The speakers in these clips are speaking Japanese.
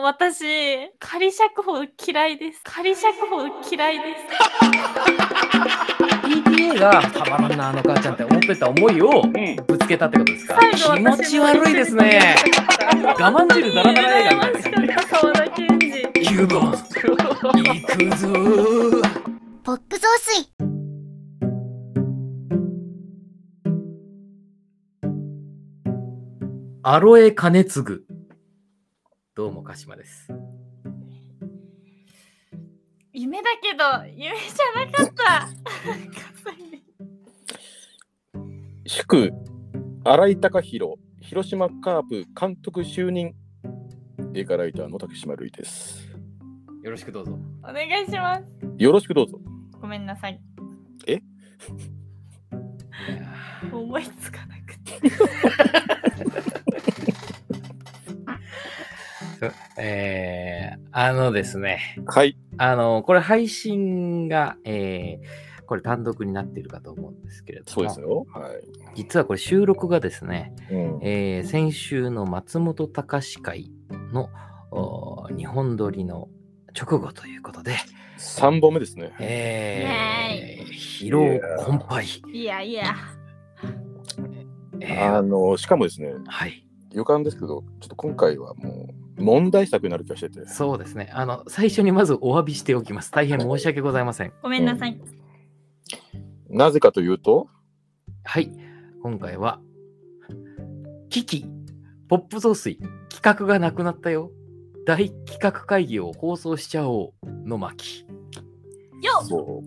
私、仮釈放嫌いです。仮釈放嫌いです。 PTA がたまらんなあの母ちゃんって思ってた思いをぶつけたってことですか。気持ち悪いですね。我慢汁ダラダラ映画みたいな。 沢田研二。 9番行くぞー。 ポップ増水。 アロエ金継ぐ。どうも鹿島です。 夢だけど夢じゃなかった。 祝新井貴弘広島カープ監督就任。映画ライターの竹島るいです。 よろしくどうぞ。 お願いします。 よろしくどうぞ。 ごめんなさい。 え？ 思いつかなくて。 ですね。 はい。 これ配信が、これ単独になっているかと思うんですけれども。 そうですよ。はい。 実はこれ収録がですね、先週の松本隆会の日本撮りの直後ということで。 3本目ですね。 疲労困憊。 いやいや。 しかもですね、 はい。 予感ですけど、ちょっと今回はもう問題作になる気がしてて。 そうですね。最初にまずお詫びしておきます。大変申し訳ございません。 ごめんなさい。 なぜかというと、 はい。今回は、危機、ポップ増水、企画がなくなったよ。大企画会議を放送しちゃおうの巻。 よっそう。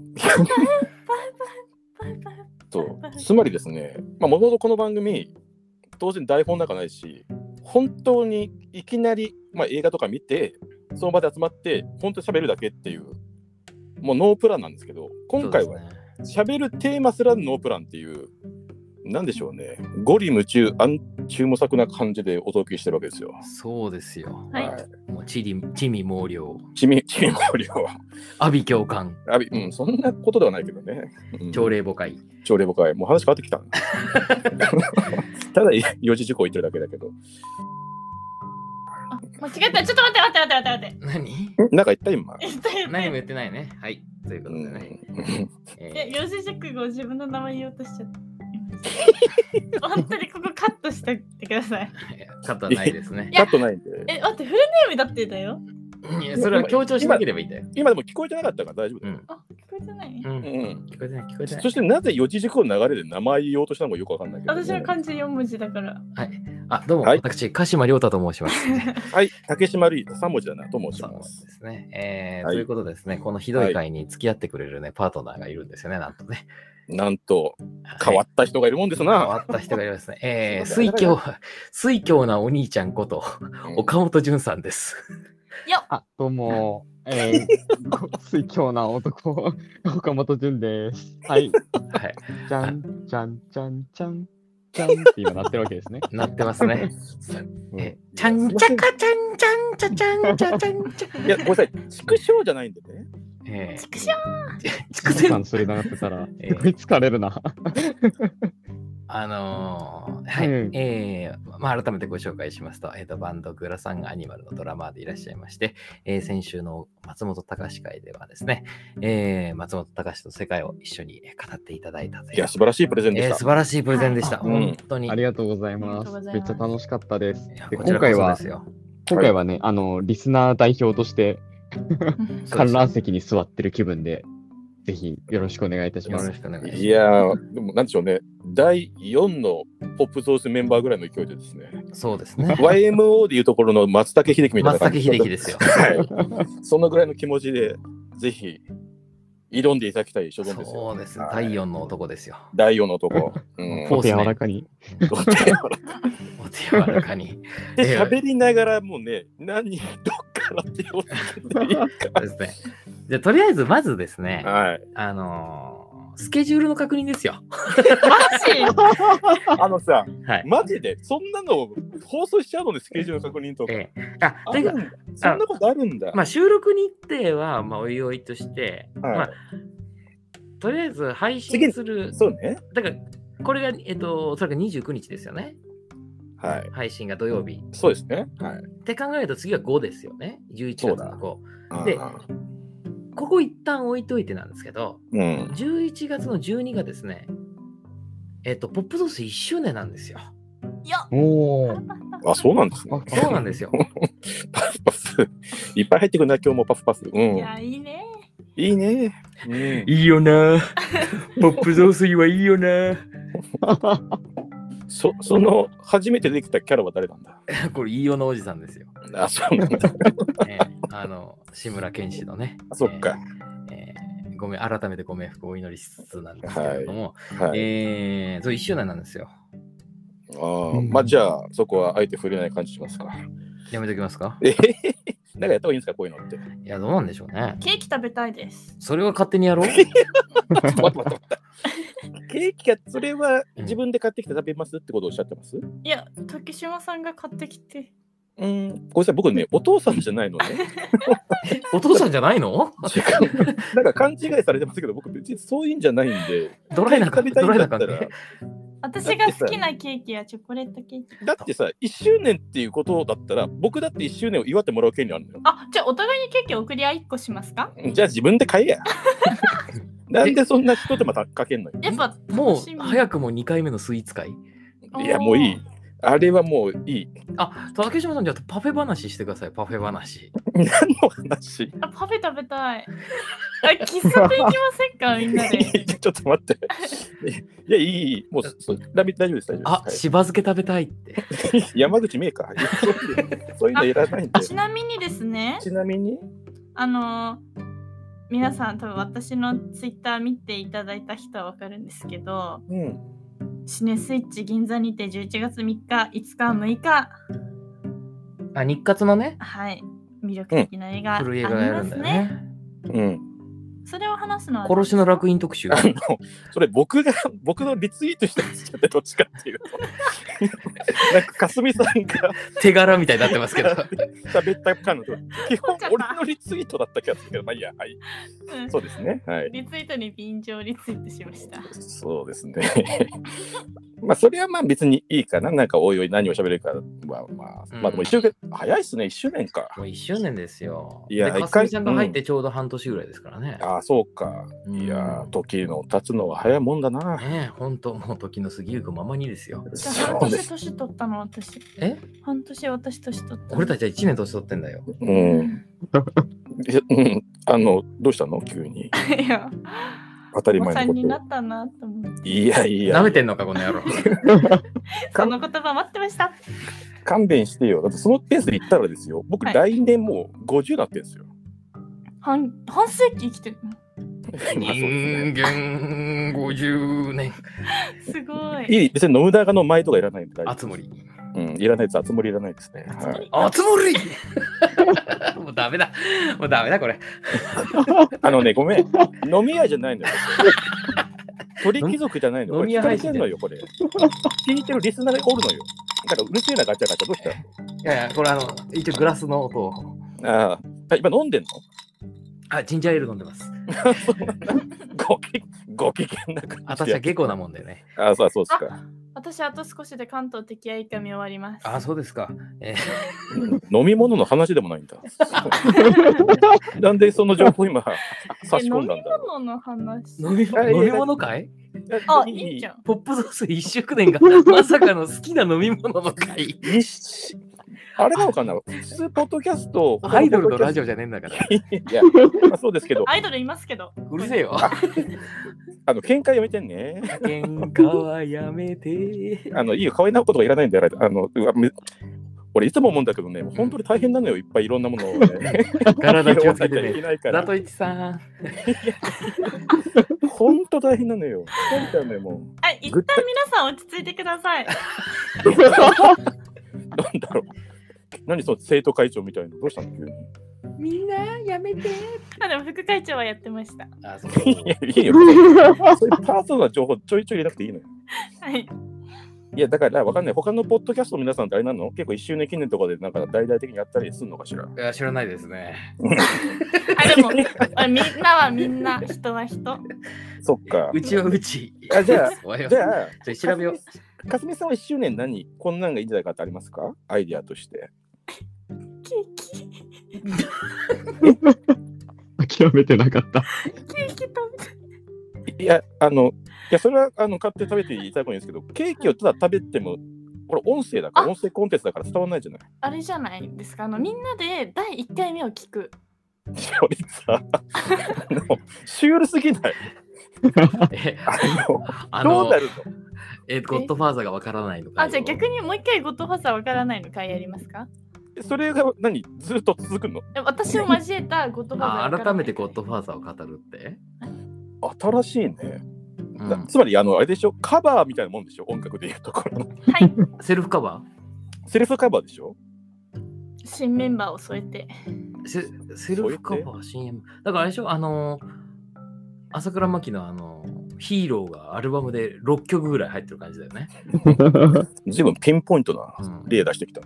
つまりですね、もともとこの番組、当然台本なんかないし、本当にいきなり、映画とか見て、その場で集まって、本当に喋るだけっていう、もうノープランなんですけど、今回は喋るテーマすらノープランっていう、なんでしょうね、ゴリ夢中、暗中模索な感じでお届けしてるわけですよ。 そうですよ。 はい。 もう地味猛量。 地味猛量。 阿鼻教官。 そんなことではないけどね。 朝礼母会。 朝礼母会。もう話変わってきた。ただ四字熟語言ってるだけだけど。 間違えた。ちょっと待って。 何？ なんか言った今。 何も言ってないね。はい。ということでね。 四字熟語自分の名前言おうとしちゃった。本当にここカットしてってください。 カットはないですね。 カットないんで。 待って、フルネームだってだよ。 いや、それは強調しなければいいんだよ。 今でも聞こえてなかったから大丈夫だよ。 聞こえてない？ 聞こえてない。 そしてなぜ四字熟語の流れで名前言おうとしたのかよくわかんないけど。 私は漢字4文字だから。 はい。どうも、私、鹿島亮太と申します。 はい、竹島るい3文字だなと申します。 ですね。ということですね、このひどい会に付き合ってくれるね、パートナーがいるんですよね、なんとね。 なんと、変わった人がいるもんですな。 変わった人がいますね。水郷なお兄ちゃんこと、岡本潤さんです。 どうも、水郷な男、岡本潤です。はい。じゃんって今なってるわけですね。 なってますね。ちゃんちゃかちゃんちゃんちゃちゃんちゃちゃんちゃ。 いや、ごめんなさい、畜生じゃないんでね。 畜生さんそれ流ってたら、すごい疲れるな。 改めてご紹介しますと、バンドグラサンアニマルのドラマーでいらっしゃいまして、先週の松本隆会ではですね、松本隆と世界を一緒に語っていただいたという。 いや、素晴らしいプレゼンでした。 素晴らしいプレゼンでした。本当に。 ありがとうございます。めっちゃ楽しかったです。で今回はね、リスナー代表として、観覧席に座ってる気分で、ぜひよろしくお願いいたします。 よろしくお願いします。 いやー、でもなんでしょうね、第4のポップソースメンバーぐらいの勢いでですね。 そうですね。 YMO でいうところの松竹秀樹みたいな感じ。 松竹秀樹ですよ。 はい。そんなぐらいの気持ちで、ぜひ挑んでいただきたい所存ですよ。 そうですね。第4の男ですよ。 第4の男。 お手柔らかに。 お手柔らかに。 で、喋りながらもうね、どっから手をつけていいか。 ですね。じゃあとりあえずまずですね、スケジュールの確認ですよ。 マジ？ さ、マジでそんなの放送しちゃうので、スケジュールの確認とか。そんなことあるんだ。 収録日程はおいおいとして、とりあえず配信する。 そうね。 だからこれがおそらく29日ですよね。 はい。 配信が土曜日。 そうですね。はい。 って考えると次は5ですよね。11月の5。であここ一旦置いといてなんですけど、 ー 11月の12がですね、ポップソース1周年なんですよ。 いや、 おー。 あ、そうなんですね。 そうなんですよ。 パフパフ。いっぱい入ってくるな、今日もパフパフ。うん。 いや、いいね。 いいね。うん。 いいよな。ポップソースはいいよな。 その、初めてできたキャラは誰なんだ？ これ、いいよのおじさんですよ。 あ、そうなんだ。 志村けんしのね。 あ、そっか。 ごめん、改めてご冥福をお祈りしつつなんですけれども、 はい。 そう1周年なんですよ。 まあ、じゃあ、そこはあえて触れない感じしますか。 やめときますか？ なんかやった方がいいんですか、こういうのって。 いや、どうなんでしょうね。 ケーキ食べたいです。 それは勝手にやろう。 待って。ケーキが、それは自分で買ってきて食べますってことをおっしゃってます？ いや、竹島さんが買ってきて。 ごめんなさい、僕ね、お父さんじゃないのね。 お父さんじゃないの？ なんか勘違いされてますけど、僕別にそういうんじゃないんで、 ドライな食べたいんだったドライなら、 私が好きなケーキはチョコレートケーキ。 だってさ、1周年っていうことだったら、僕だって1周年を祝ってもらう権利あるのよ。 あ、じゃあお互いにケーキを送り合い1個しますか？ じゃあ自分で買えや。なんでそんな人手間かけんのよ。 やっぱも楽しみう早くも2回目のスイーツ会。 いや、もういい。あれはもういい。 あ、竹島さんじゃあパフェ話してください。パフェ話。 何の話？ あ、パフェ食べたい。あ、喫茶店行きませんかみんなで。 ちょっと待って。いや、いい。もう、大丈夫です、大丈夫あ、 です。 しば漬け食べたいって。 山口メーカー。そういうのいらないんで。 ちなみにですね、 ちなみに、 皆さん多分私のツイッター見ていただいた人はわかるんですけど、シネスイッチ銀座にて11月3日、5日、6日、 あ、日活のね、 はい、魅力的な映画あり古い映画がやるんだよますね。 ね。 それを話すのは殺しの楽園特集。 それ僕のリツイートしたやつでどっちかっていうと。なんか、かすみさんが手柄みたいになってますけど。 喋った感の基本、俺のリツイートだった気がするけど、まあいいや、はい。 うんそうですね。はい。 リツイートに便乗リツイートしました。 そうですね。まあ、それはまあ別にいいかな。なんか、おいおい何を喋れるかは、まあでも一周年、早いっすね、1周年か。 もう1周年ですよ。 いやで、かすみさんが入ってちょうど半年ぐらいですからね。 ああ、そうか。いや、時の経つのは早いもんだな。 ねえ、ほんと、もう時の過ぎゆくままにですよ。 じゃあ半年年取ったの私。 え半年私年取ったの。 俺たちは1年年取ってんだよ。 どうしたの急に。 いや、 当たりおばさ前のこんになったなと思って。 と。いやいや舐め、てんのか、この野郎。 その言葉待ってました。 勘弁してよ。だってそのペースで言ったらですよ。僕、 はい来年もう50なってんですよ。 半世紀生きてる。 まあそうですね人間50年。 すごい。 いい、別に信長の前とかいらないんで大丈夫あつ森。 いらないです。あつ森いらないですね。はい。 あつ森もうダメだ。もうダメだ、これ。 ごめん。飲み屋じゃないのよ。鳥貴族じゃないのよ。 飲み屋配信これ聞かれてんのよ、これ。聞いてるリスナーがおるのよ。だからうるせえなガチャガチャ。どうした？ いやいや、これ一応グラスの音を。 ああ、今飲んでんの？ あ、ジンジャーエール飲んでます。 ご機嫌な感じ。 私は下戸なもんでね。 ああ、そうですか。 私あと少しで関東敵愛見終わります。 あ、そうですか。 飲み物の話でもないんだ。なんでその情報今差し込んだんだろ飲み物の話。 飲み物かい？ あ、いいじゃん。 ポップソース1周年がまさかの好きな飲み物の会。 あれなのかな、普通ポッドキャスト、 アイドルのラジオじゃねえんだから。 いや、まあ、そうですけど、 アイドルいますけど。 うるせえよ。 喧嘩やめてんね。 喧嘩はやめて。 いいよ、可愛いなことがいらないんだよ。俺いつも思うんだけどね、もう本当に大変なのよ、いっぱいいろんなものをね。 体気をつけていけね。 ないからザトイチさん。 本当大変なのよ。疲れちゃうのよ、もう。 はい、一旦皆さん落ち着いてください。 なんだろう。何その生徒会長みたいな。どうしたの急に。 みんなやめて。 あ、でも副会長はやってました。 あ、そう。 いや、いいよ。そういうパーソナルな情報ちょいちょい入れなくていいのよ。 はい。 いや、だからわかんない。他のポッドキャストの皆さんってあれなの？結構1周年記念とかでなんか大々的にやったりするのかしら。 いや、知らないですね。 あ、でも、みんなはみんな、人は人。 そっか。 うちはうち。 あじゃあおはようじゃあ、 調べよう。 かすみさんは1周年こんなんがいいんじゃないかってありますか？アイディアとして。 ケーキ。 諦めてなかった。 ケーキ食べたい。 いや、それは買って食べていただくのいいんですけど、ケーキをただ食べても、これ音声だから、音声コンテンツだから伝わらないじゃない。 あれじゃないですか、みんなで第1回目を聞く。 それさ、シュールすぎない？どうなるの？ ゴッドファーザーがわからないのか。 じゃあ逆にもう一回ゴッドファーザーわからないの回やりますか？ それがずっと続くの？ 私を交えたゴッドファーザー。 改めてゴッドファーザーを語るって？ 新しいね。つまりあれでしょ、カバーみたいなもんでしょ、音楽でいうところの。 はい。 セルフカバー？セルフカバーでしょ。 新メンバーを添えて。 セルフカバー新メンバー。だからあれでしょ、朝倉真希のヒーローがアルバムで6曲ぐらい入ってる感じだよね。 随分ピンポイントな例出してきた。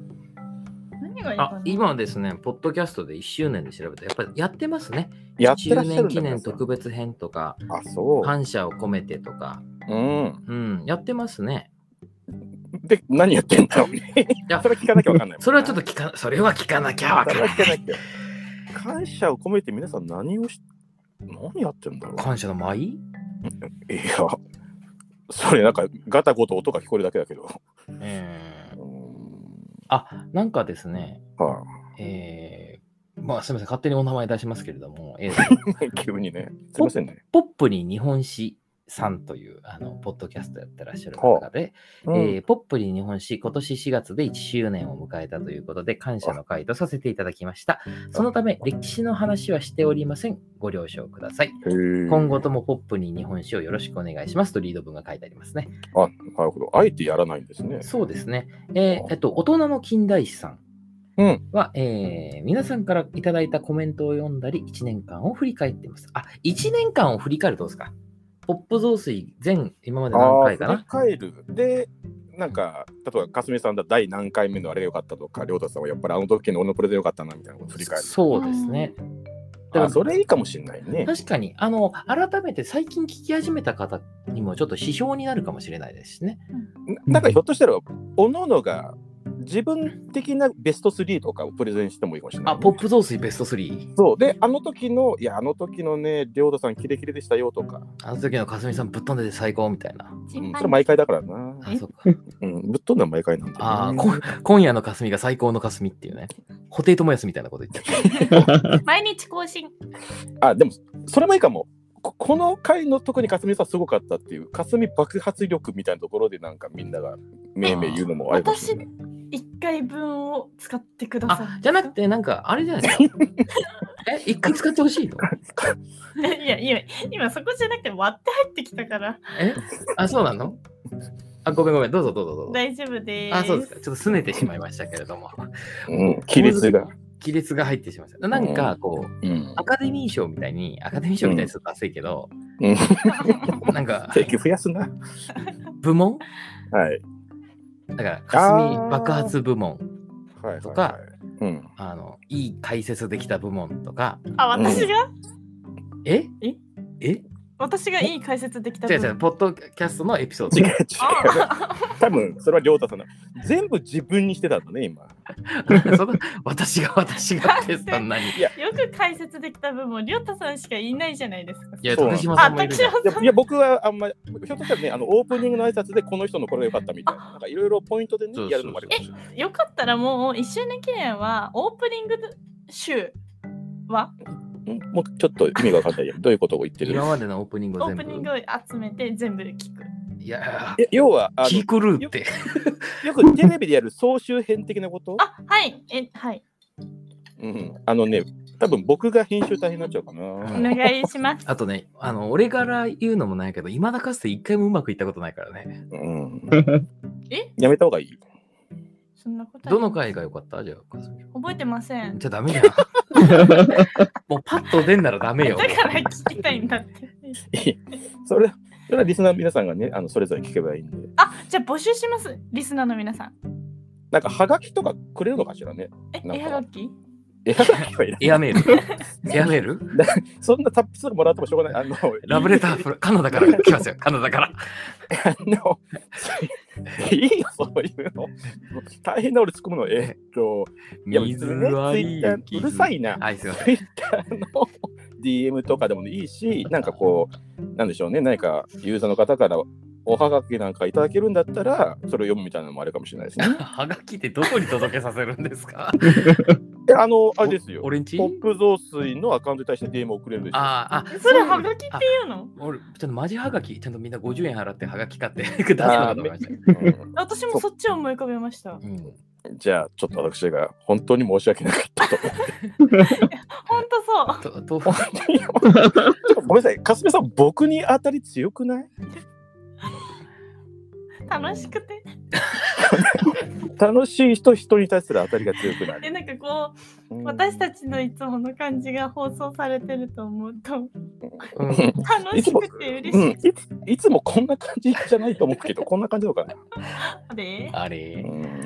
今ですね、ポッドキャストで1周年で調べて、やっぱりやってますね。 やってらっしゃるんだ。 1周年記念特別編とか、感謝を込めてとか、やってますね。 で、何やってんだろうね。いや、それは聞かなきゃわかんない。 それはちょっとそれは聞かなきゃわかんない。 感謝を込めて皆さん何やってんだろう。 感謝の舞？ いや、それガタゴト音が聞こえるだけだけど。 なんかですね、まあすみません、勝手にお名前出しますけれども、 急にね、すみませんね。 ポップに日本史さんというポッドキャストやってらっしゃる方で、ポップに日本史、今年4月で1周年を迎えたということで、感謝の会とさせていただきました。そのため、歴史の話はしておりません。ご了承ください。今後ともポップに日本史をよろしくお願いしますとリード文が書いてありますね。 なるほど。あえてやらないんですね。 そうですね。大人の近代史さんは、皆さんからいただいたコメントを読んだり、1年間を振り返っています。1年間を振り返るとどうですか？ポップ増水今まで何回かな？ 振り返る。で、例えば、かすみさんだ第何回目のあれが良かったとか、りょうたさんはやっぱりあの時の俺のプレゼン良かったなみたいなことを振り返る。 そうですね。 それいいかもしれないね。 確かに、改めて最近聞き始めた方にもちょっと指標になるかもしれないですしね。 ひょっとしたら、おののが自分的なベスト3とかをプレゼンしてもいいかもしれない、 ポップ増水ベスト3。 そう。で、あの時のね、りょうたさんキレキレでしたよとか。 あの時のかすみさんぶっ飛んでて最高みたいな。 それ毎回だからな。 そっか。 ぶっ飛んだの毎回なんだ、ね。 今夜のかすみが最高のかすみっていうね。布袋寅泰みたいなこと言ってる。毎日更新。 でも、それもいいかも。この回の特にかすみさんすごかったっていう、かすみ爆発力みたいなところでみんながめいめい言うのもありますね。 私、1回分を使ってください。 じゃなくて、あれじゃないですか。1回使ってほしいの？ いや、今そこじゃなくて割って入ってきたから。 そうなの？ごめん、どうぞ。 大丈夫です。 そうですか。ちょっと拗ねてしまいましたけれども。 亀裂が入ってしまいました。アカデミー賞みたいにすると熱いけど、 席増やすな。 部門？ はい。 だから、かすみ爆発部門とか、いい解説できた部門とか。 私が？ え私がいい解説できた。 違う、ポッドキャストのエピソード。 違う。多分それはりょうたさんの全部自分にしてたんだね、今。 私がってそんなに。 よく解説できた部分、りょうたさんしかいないじゃないですか。 いや、徳島さんもいるじゃん。 いや、僕はあんまり、ひょっとしたらね、オープニングの挨拶でこの人のこれが良かったみたいな、いろいろポイントでね、やるのもあります。 よかったらもう1周年記念は、オープニング集はもうちょっと意味が分かんないよ。どういうことを言ってる？ 今までのオープニングを全部。 オープニングを集めて全部聞く。 いや、 要は聞くるって。 よくテレビでやる総集編的なこと？ はい。はい。 多分僕が編集大変になっちゃうかな。 お願いします。 あとね、俺から言うのもないけど、未だかつて一回もうまくいったことないからね。 やめた方がいい。 そんなことどの回が良かった？じゃあ覚えてません。 じゃあダメじゃん。もうパッと出んならダメよ。 だから聞きたいんだって。 それはリスナーの皆さんがね、それぞれ聞けばいいんで。 じゃあ募集します。リスナーの皆さん。 はがきとかくれるのかしらね。 はがき？ エアハガキはいらない。 エアメールエアメールそんな達筆もらってもしょうがない。 ラブレター、カナダから来ますよ、カナダから。 いいよ、そういうの。大変な俺突っ込むの。 水はいい。 うるさいな。 はい、すいません。 Twitter の DM とかでもいいし、なんかこう、なんでしょうね、何かユーザーの方からおはがきなんかいただけるんだったら、それを読むみたいなのもあるかもしれないですね。 はがきってどこに届けさせるんですか？ あれですよ。 俺んちポップ増水のアカウントに対して DM を送れるんですよ。 それはがきっていうの？ 俺、ちょっとマジはがき、ちゃんとみんな50円払ってはがき買って出すのかと思いました。 私もそっちを思い浮かべました。 じゃあ、ちょっと私が本当に申し訳なかったと思って。 本当そう。 ごめんなさい、かすみさん、僕に当たり強くない？ 楽しくて楽しい人に対する当たりが強くなる。 でなんかこう、私たちのいつもの感じが放送されてると思うと、楽しくて嬉しい。 いつもこんな感じじゃないと思うけど、こんな感じなのかな。 あれ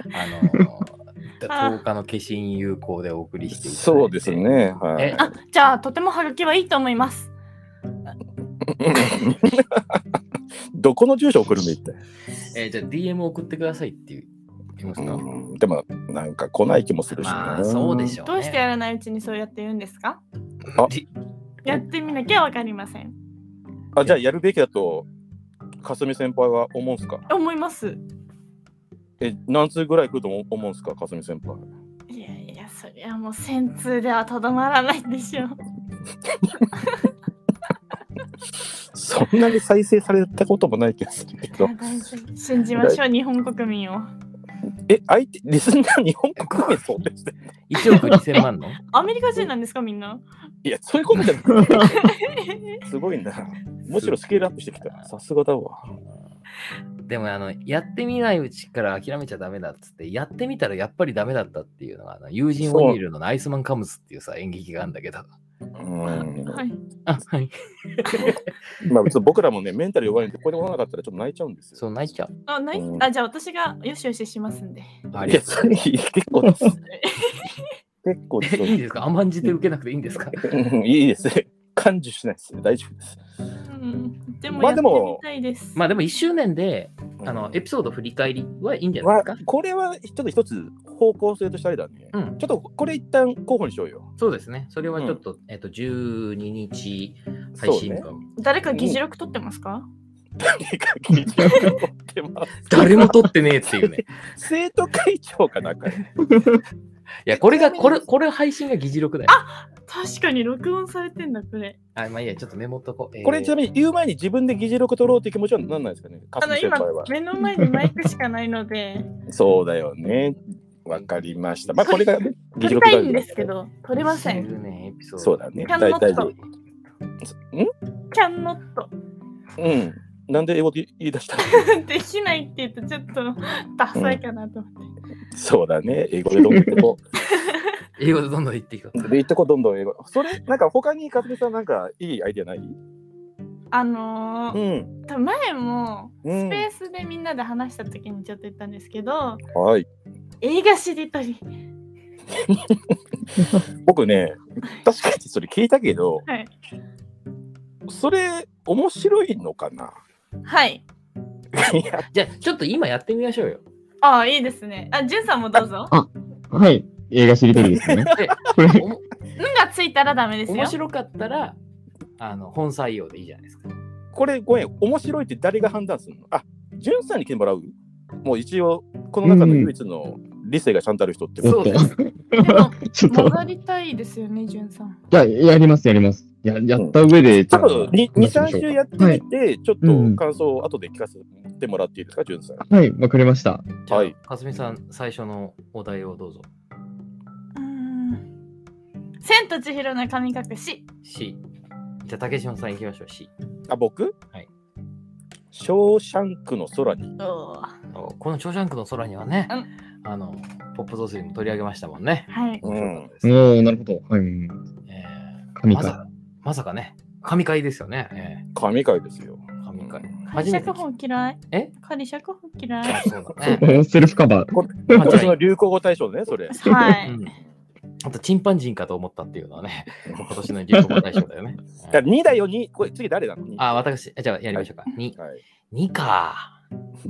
10日の化身有効でお送りしていただいて。 そうですね。はい、 じゃあとてもはがきはいいと思います。 どこの住所送るのって。 じゃあ DM 送ってくださいって言いますか？ でもなんか来ない気もするしな。 そうでしょうね。 どうしてやらないうちにそうやって言うんですか？やってみなきゃわかりません。 じゃあやるべきだとかすみ先輩は思うんすか？ 思います。 何通ぐらい来ると思うんすか、かすみ先輩？ いやいや、そりゃもう1000通ではとどまらないでしょう。 そんなに再生されたこともない気がするけど。 信じましょう、日本国民を。 相手、リスナー日本国民そうですね。 1億2000万のアメリカ人なんですか、みんな？ いや、そういうことじゃない。すごいな。むしろスケールアップしてきた。さすがだわ。 でもやってみないうちから諦めちゃダメだっつって、やってみたらやっぱりダメだったっていうのが、友人オニールのアイスマンカムスっていうさ、演劇があるんだけど。 はい。 はい。 まあ別に僕らもね、メンタル弱いんで、ここで来なかったらちょっと泣いちゃうんですよ。 そう、泣いちゃう。 じゃあ私がよしよししますんで。 いや、それ結構です。結構です。 いいですか？甘んじて受けなくていいんですか？ いいです。感受しないです。大丈夫です。 でもやってみたいです。 まあでも1周年でエピソード振り返りはいいんじゃないですか？ これはちょっと一つ方向性としてあれだね。ちょっとこれ一旦候補にしようよ。 そうですね。それはちょっと、12日配信分。 誰か議事録取ってますか？ 誰か議事録取ってます。 誰も取ってねえっていうね。 生徒会長かなんか。 いや、これ配信が議事録だよ。 確かに録音されてんだ、これ。 まあいいや、ちょっとメモっとこう。 これちなみに言う前に自分で議事録取ろうっていう気持ちは何なんですかね？ 今、目の前にマイクしかないので。 そうだよね。わかりました。まあこれが議事録なんですけど、取れません。 そうだね。 キャンノット。キャンノット。 なんで英語で言い出したの？できないって言うとちょっとダサいかなと思って。 そうだね。英語でどんどん言ってこう。 英語でどんどん言っていこう。 言ってこう、どんどん英語。それ、なんか他にかすみさんなんかいいアイデアない？ 多分前もスペースでみんなで話した時にちょっと言ったんですけど、映画しりとり。 僕ね、確かにそれ聞いたけど、それ面白いのかな？ はい。 じゃあちょっと今やってみましょうよ。 いいですね。じゅんさんもどうぞ。 はい。映画しりとりですね。 これ。んがついたらダメですよ。 面白かったら、本採用でいいじゃないですか。 これ、ごめん、面白いって誰が判断するの？じゅんさんに来てもらう？もう一応、この中の唯一の理性がちゃんとある人って。 そうです。 ちょっと混ざりたいですよね、じゅんさん。 やります。やった上で。 多分2、3週やってみて、ちょっと感想を後で聞かせてもらっていいですか、じゅんさん。 はい、わかりました。 はい。かすみさん、最初のお題をどうぞ。 千と千尋の神隠し。 C。じゃあ、竹島さん行きましょう。C。 僕？ はい。 ショーシャンクの空に。 このショーシャンクの空にはね、ポップ増水も取り上げましたもんね。 はい。 なるほど。はい。 神回。まさかね、神回ですよね。 神回ですよ。 神回。 仮釈放嫌い？仮釈放嫌い？ そうだね。 セルフカバー。 今年の流行語大賞ね、それ。 はい。 あとチンパンジーかと思ったっていうのはね、今年の流行語大賞だよね。 2だよ、2。これ次誰なの？ 私、じゃあやりましょうか。2。 はい。 2か。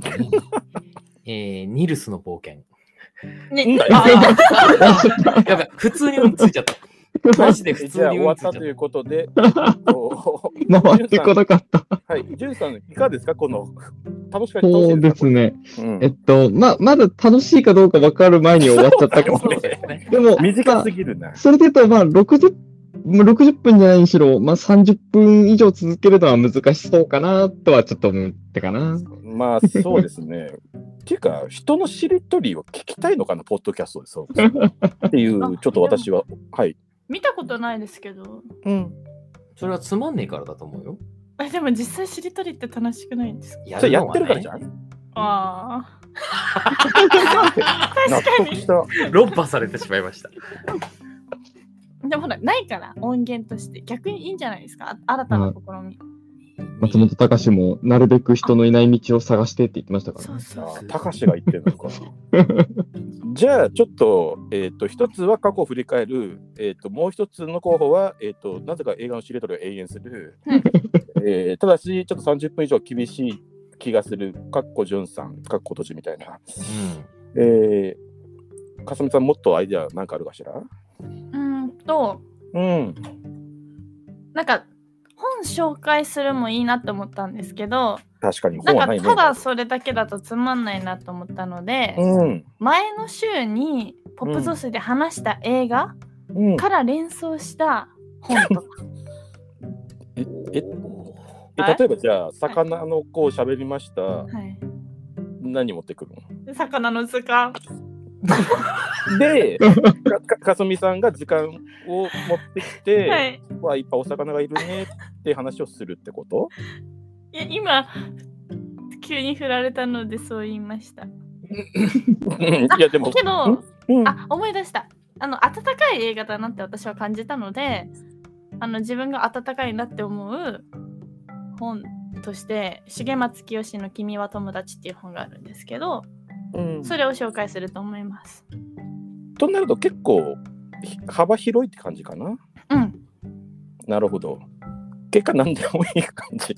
ニルスの冒険。 ね、 やべ、普通にうんついちゃった。マジで普通にじゃあ終わっうんついちゃったたということで、 回ってこなかった。 はい、ジュンさん、いかがですか、この楽しかった。 そうですね。 うん、 まだ楽しいかどうか分かる前に終わっちゃったかも。 そうですね。 でも、 短すぎるな。 それで言うと、60分じゃないにしろ、30分以上続けるのは難しそうかなとはちょっと思ってかな。 まあ、そうですね。っていうか、人のしりとりを聞きたいのかな、ポッドキャストでそうっていう、ちょっと私は、はい。 見たことないですけど。 それはつまんねえからだと思うよ。 でも実際しりとりって楽しくないんですか？ やそれやってるからじゃん。 ああ。 納得した。 論破されてしまいました。 でもほら、ないから、音源として。逆にいいんじゃないですか？新たな試み。 松本隆もなるべく人のいない道を探してって言ってましたからね。 高志が言ってるのか。じゃあちょっと、一つは過去を振り返る、もう一つの候補は、なぜか映画のしりとりを永遠する。ただし、ちょっと30分以上厳しい気がする。かっこじゅんさん、かっこ閉じみたいな。かすみさん、もっとアイデアなんかあるかしら？ なんか、本紹介するもいいなと思ったんですけど、 確かに本はないね。 ただそれだけだとつまんないなと思ったので、前の週にポップ増水で話した映画から連想した本とか。 例えばじゃあ、魚の子を喋りました。はい、何持ってくるの？魚の図鑑。 で、かすみさんが図鑑を持ってきて、はい、いっぱいお魚がいるねって話をするってこと？ いや、今、急に振られたのでそう言いました。いや、でも。けど、思い出した。温かい映画だなって私は感じたので、自分が温かいなって思う本として、重松清の君は友達っていう本があるんですけど、それを紹介すると思います。 となると結構幅広いって感じかな。なるほど。結果何でもいい感じ。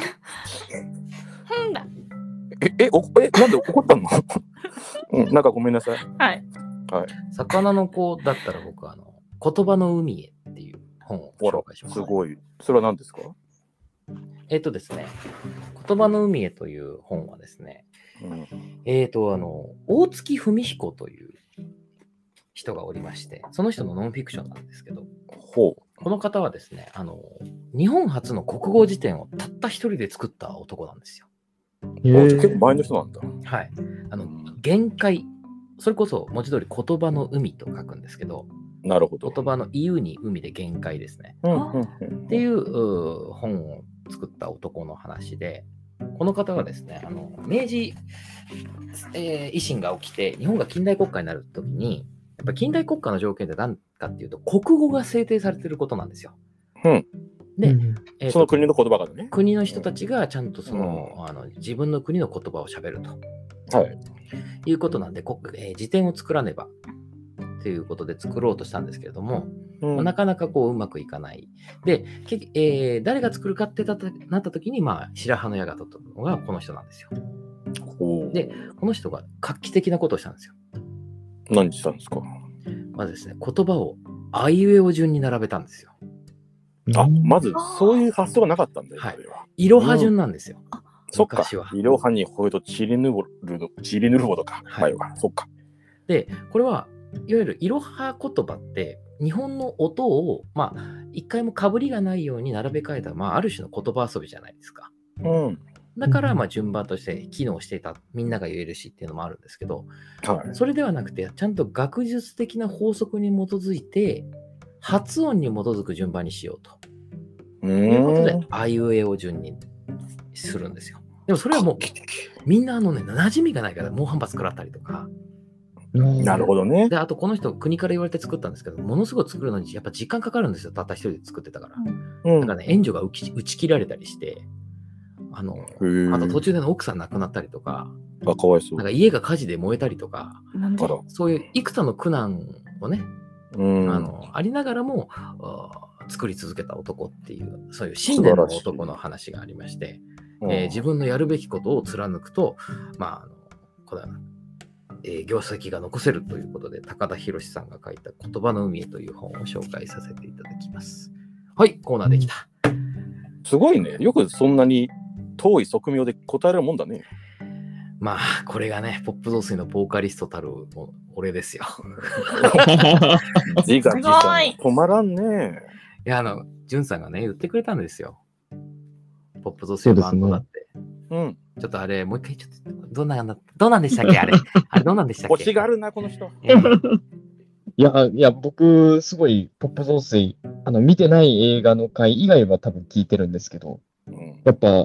だ。 なんで怒ったの？なんかごめんなさい。 はい。 魚の子だったら僕は言葉の海へっていう本を紹介します。 すごい。それは何ですか？ ですね、言葉の海へという本はですね、大月文彦という人がおりまして、その人のノンフィクションなんですけど、この方はですね、日本初の国語辞典をたった一人で作った男なんですよ。 結構前の人なんだ。 はい。限界、それこそ文字通り言葉の海と書くんですけど、 なるほど。 言葉の言うに海で限界ですね。っていう本を作った男の話で、この方はですね、明治、維新が起きて日本が近代国家になるときに、やっぱ近代国家の条件って何かっていうと、国語が制定されていることなんですよ。で、 その国の言葉がね。 国の人たちがちゃんと自分の国の言葉を喋ると、いうことなんで、辞典を作らねばということで作ろうとしたんですけれども、なかなかうまくいかない。で、誰が作るかってなったときに、白羽の矢が立ったのがこの人なんですよ。で、この人が画期的なことをしたんですよ。 何したんですか？ まずですね、言葉をあいうえお順に並べたんですよ。 まずそういう発想がなかったんだよ。 はい。いろは順なんですよ。 そっか。いろはにほえとチリヌルボとか。はい。そっか。 で、これはいわゆるいろは言葉って日本の音を一回もかぶりがないように並べ替えたある種の言葉遊びじゃないですか。だから順番として機能していた、みんなが言えるしっていうのもあるんですけど、それではなくてちゃんと学術的な法則に基づいて発音に基づく順番にしようということであいうえお順にするんですよ。でもそれはもうみんな馴染みがないから猛反発食らったりとか。 なるほどね。 で、あとこの人国から言われて作ったんですけど、ものすごい作るのにやっぱ時間かかるんですよ。たった一人で作ってたから。だからね、援助が打ち切られたりして、あと途中での奥さん亡くなったりとか、 かわいそう。 なんか家が火事で燃えたりとか、そういう幾多の苦難をね、 ありながらも作り続けた男っていう、そういう信念の男の話がありまして、自分のやるべきことを貫くと、これは業績が残せるということで、高田博さんが書いた言葉の海へという本を紹介させていただきます。はい、コーナーできた。 すごいね。よくそんなに遠い側面で答えるもんだね。 まあ、これがね、ポップ増水のボーカリストたる俺ですよ。 自画自賛止まらんね。 いや、ジュンさんがね、言ってくれたんですよ。ポップ増水のバンドだって。ちょっとあれ、もう一回、ちょっと、どうなんでしたっけあれ。あれ、どうなんでしたっけ。 欲しがるな、この人。 いや、僕、すごい、ポップ増水、見てない映画の回以外は多分聞いてるんですけど、やっぱ、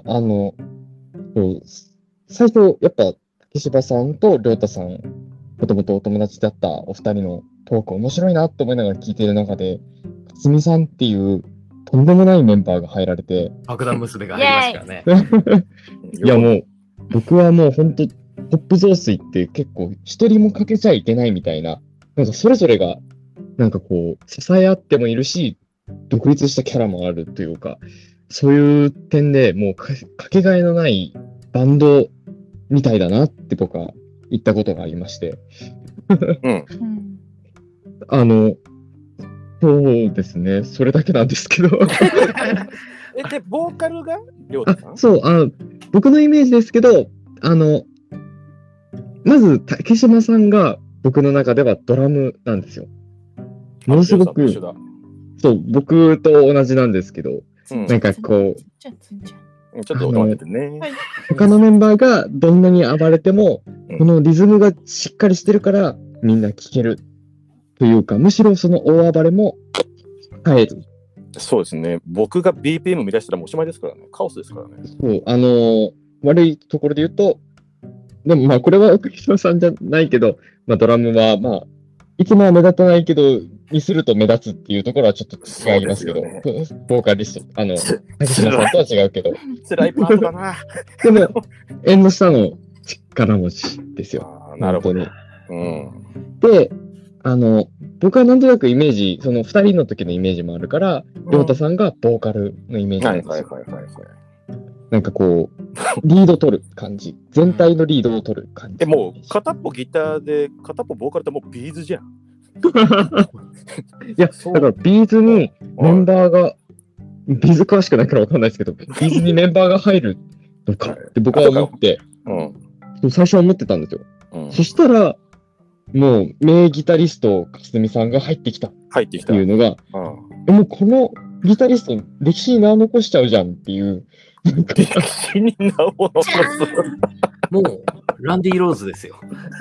最初、やっぱ、竹柴さんと亮太さん、もともとお友達だったお二人のトーク面白いなと思いながら聞いてる中で、勝美さんっていうとんでもないメンバーが入られて。 爆弾娘が入りますからね。 いやもう、僕はもう本当、ポップ増水って結構一人も欠けちゃいけないみたいな、なんかそれぞれが、なんかこう、支え合ってもいるし、独立したキャラもあるというか、そういう点でもうかけがえのないバンドみたいだなって僕は言ったことがありまして。そうですね、それだけなんですけど。 で、ボーカルが亮太さん？ そう、僕のイメージですけど、まず、竹島さんが僕の中ではドラムなんですよ。ものすごく、そう、僕と同じなんですけど、なんかこう、 ちょっと音が出てね。 他のメンバーがどんなに暴れても、このリズムがしっかりしてるからみんな聴けるというか、むしろその大暴れも耐える。 そうですね。僕が BPM 見出したらもうおしまいですからね。カオスですからね。 そう、悪いところで言うと、でもまあこれは栗島さんじゃないけど、まあドラムはまあ、いつもは目立たないけど、にすると目立つっていうところはちょっと違いますけど、ボーカリスト、竹島さんとは違うけど。 辛いパートだな。 でも、縁の下の力持ちですよ。 なるほど。 で、僕はなんとなくイメージ、その2人の時のイメージもあるから、亮太さんがボーカルのイメージなんですよ。なんかこう、リード取る感じ。全体のリードを取る感じ。 もう片っぽギターで、片っぽボーカルってもうビーズじゃん。 いや、だからビーズにメンバーが、ビーズ詳しくないからわかんないですけど、ビーズにメンバーが入るのかって僕は思って、最初は思ってたんですよ。そしたら、もう名ギタリスト、かすみさんが入ってきたっていうのが、もうこのギタリスト、歴史に名を残しちゃうじゃんっていう。 歴史に名を残す。 もう、ランディ・ローズですよ。